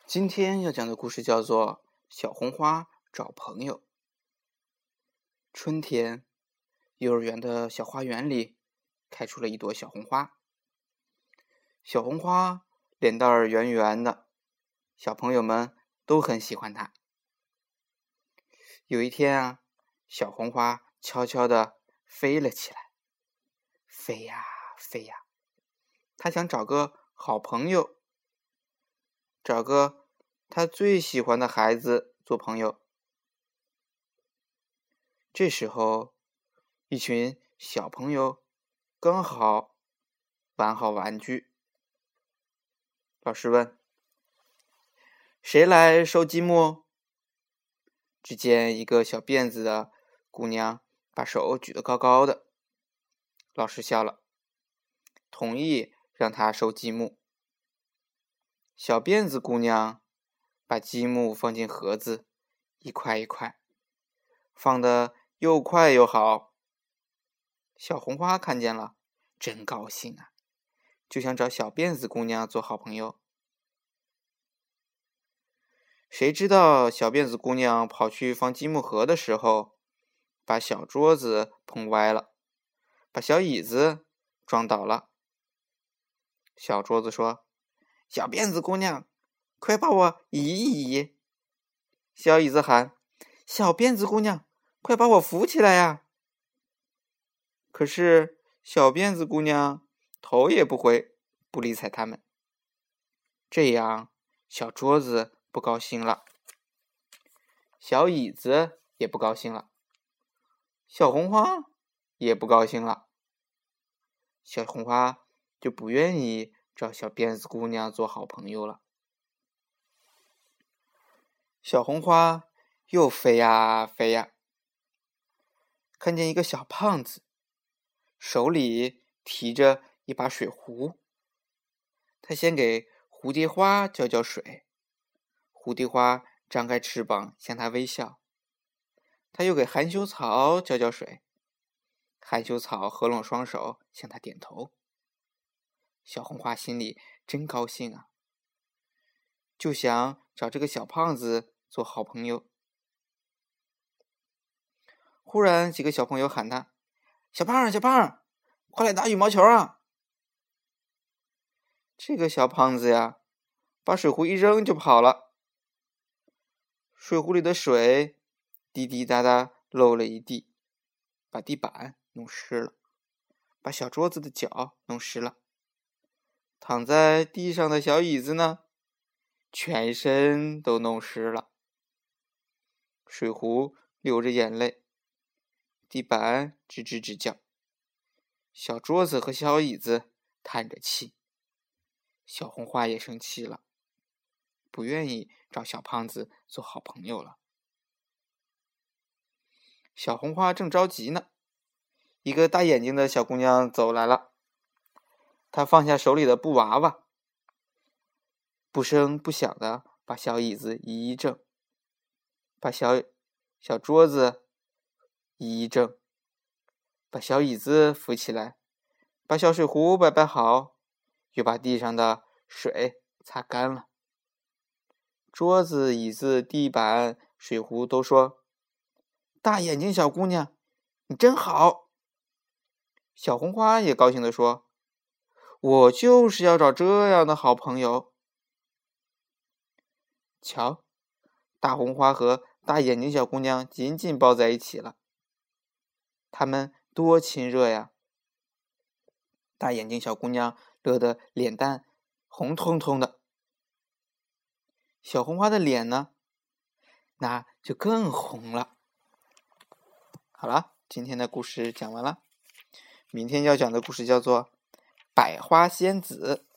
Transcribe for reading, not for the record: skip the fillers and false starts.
今天要讲的故事叫做小红花找朋友。春天，幼儿园的小花园里开出了一朵小红花。小红花脸蛋儿圆圆的，小朋友们都很喜欢它。有一天啊，小红花悄悄地飞了起来，飞呀飞呀，它想找个好朋友，找个他最喜欢的孩子做朋友。这时候，一群小朋友刚好玩好玩具。老师问：“谁来收积木？”只见一个小辫子的姑娘把手举得高高的。老师笑了，同意让她收积木。小辫子姑娘把积木放进盒子，一块一块，放得又快又好。小红花看见了，真高兴啊，就想找小辫子姑娘做好朋友。谁知道小辫子姑娘跑去放积木盒的时候，把小桌子碰歪了，把小椅子撞倒了。小桌子说：“小辫子姑娘，快把我移一移。”小椅子喊：“小辫子姑娘，快把我扶起来呀！”可是小辫子姑娘头也不回，不理睬他们。这样，小桌子不高兴了，小椅子也不高兴了，小红花也不高兴了。小红花就不愿意找小辫子姑娘做好朋友了。小红花又飞呀飞呀，看见一个小胖子，手里提着一把水壶。他先给蝴蝶花浇浇水，蝴蝶花张开翅膀向他微笑。他又给含羞草浇浇水，含羞草合拢双手向他点头。小红花心里真高兴啊，就想找这个小胖子做好朋友。忽然几个小朋友喊他：“小胖，小胖，快来打羽毛球啊！”这个小胖子呀，把水壶一扔就跑了。水壶里的水滴滴答答漏了一地，把地板弄湿了，把小桌子的脚弄湿了。躺在地上的小椅子呢，全身都弄湿了。水壶流着眼泪，地板吱吱吱叫，小桌子和小椅子叹着气。小红花也生气了，不愿意找小胖子做好朋友了。小红花正着急呢，一个大眼睛的小姑娘走来了。她放下手里的布娃娃，不声不响的把小椅子一正，把小桌子一正，把小椅子扶起来，把小水壶摆好，又把地上的水擦干了。桌子、椅子、地板、水壶都说：“大眼睛小姑娘，你真好。”小红花也高兴地说：“我就是要找这样的好朋友。”瞧，大红花和大眼睛小姑娘紧紧抱在一起了，他们多亲热呀！大眼睛小姑娘乐得脸蛋红彤彤的，小红花的脸呢，那就更红了。好了，今天的故事讲完了，明天要讲的故事叫做《百花仙子》。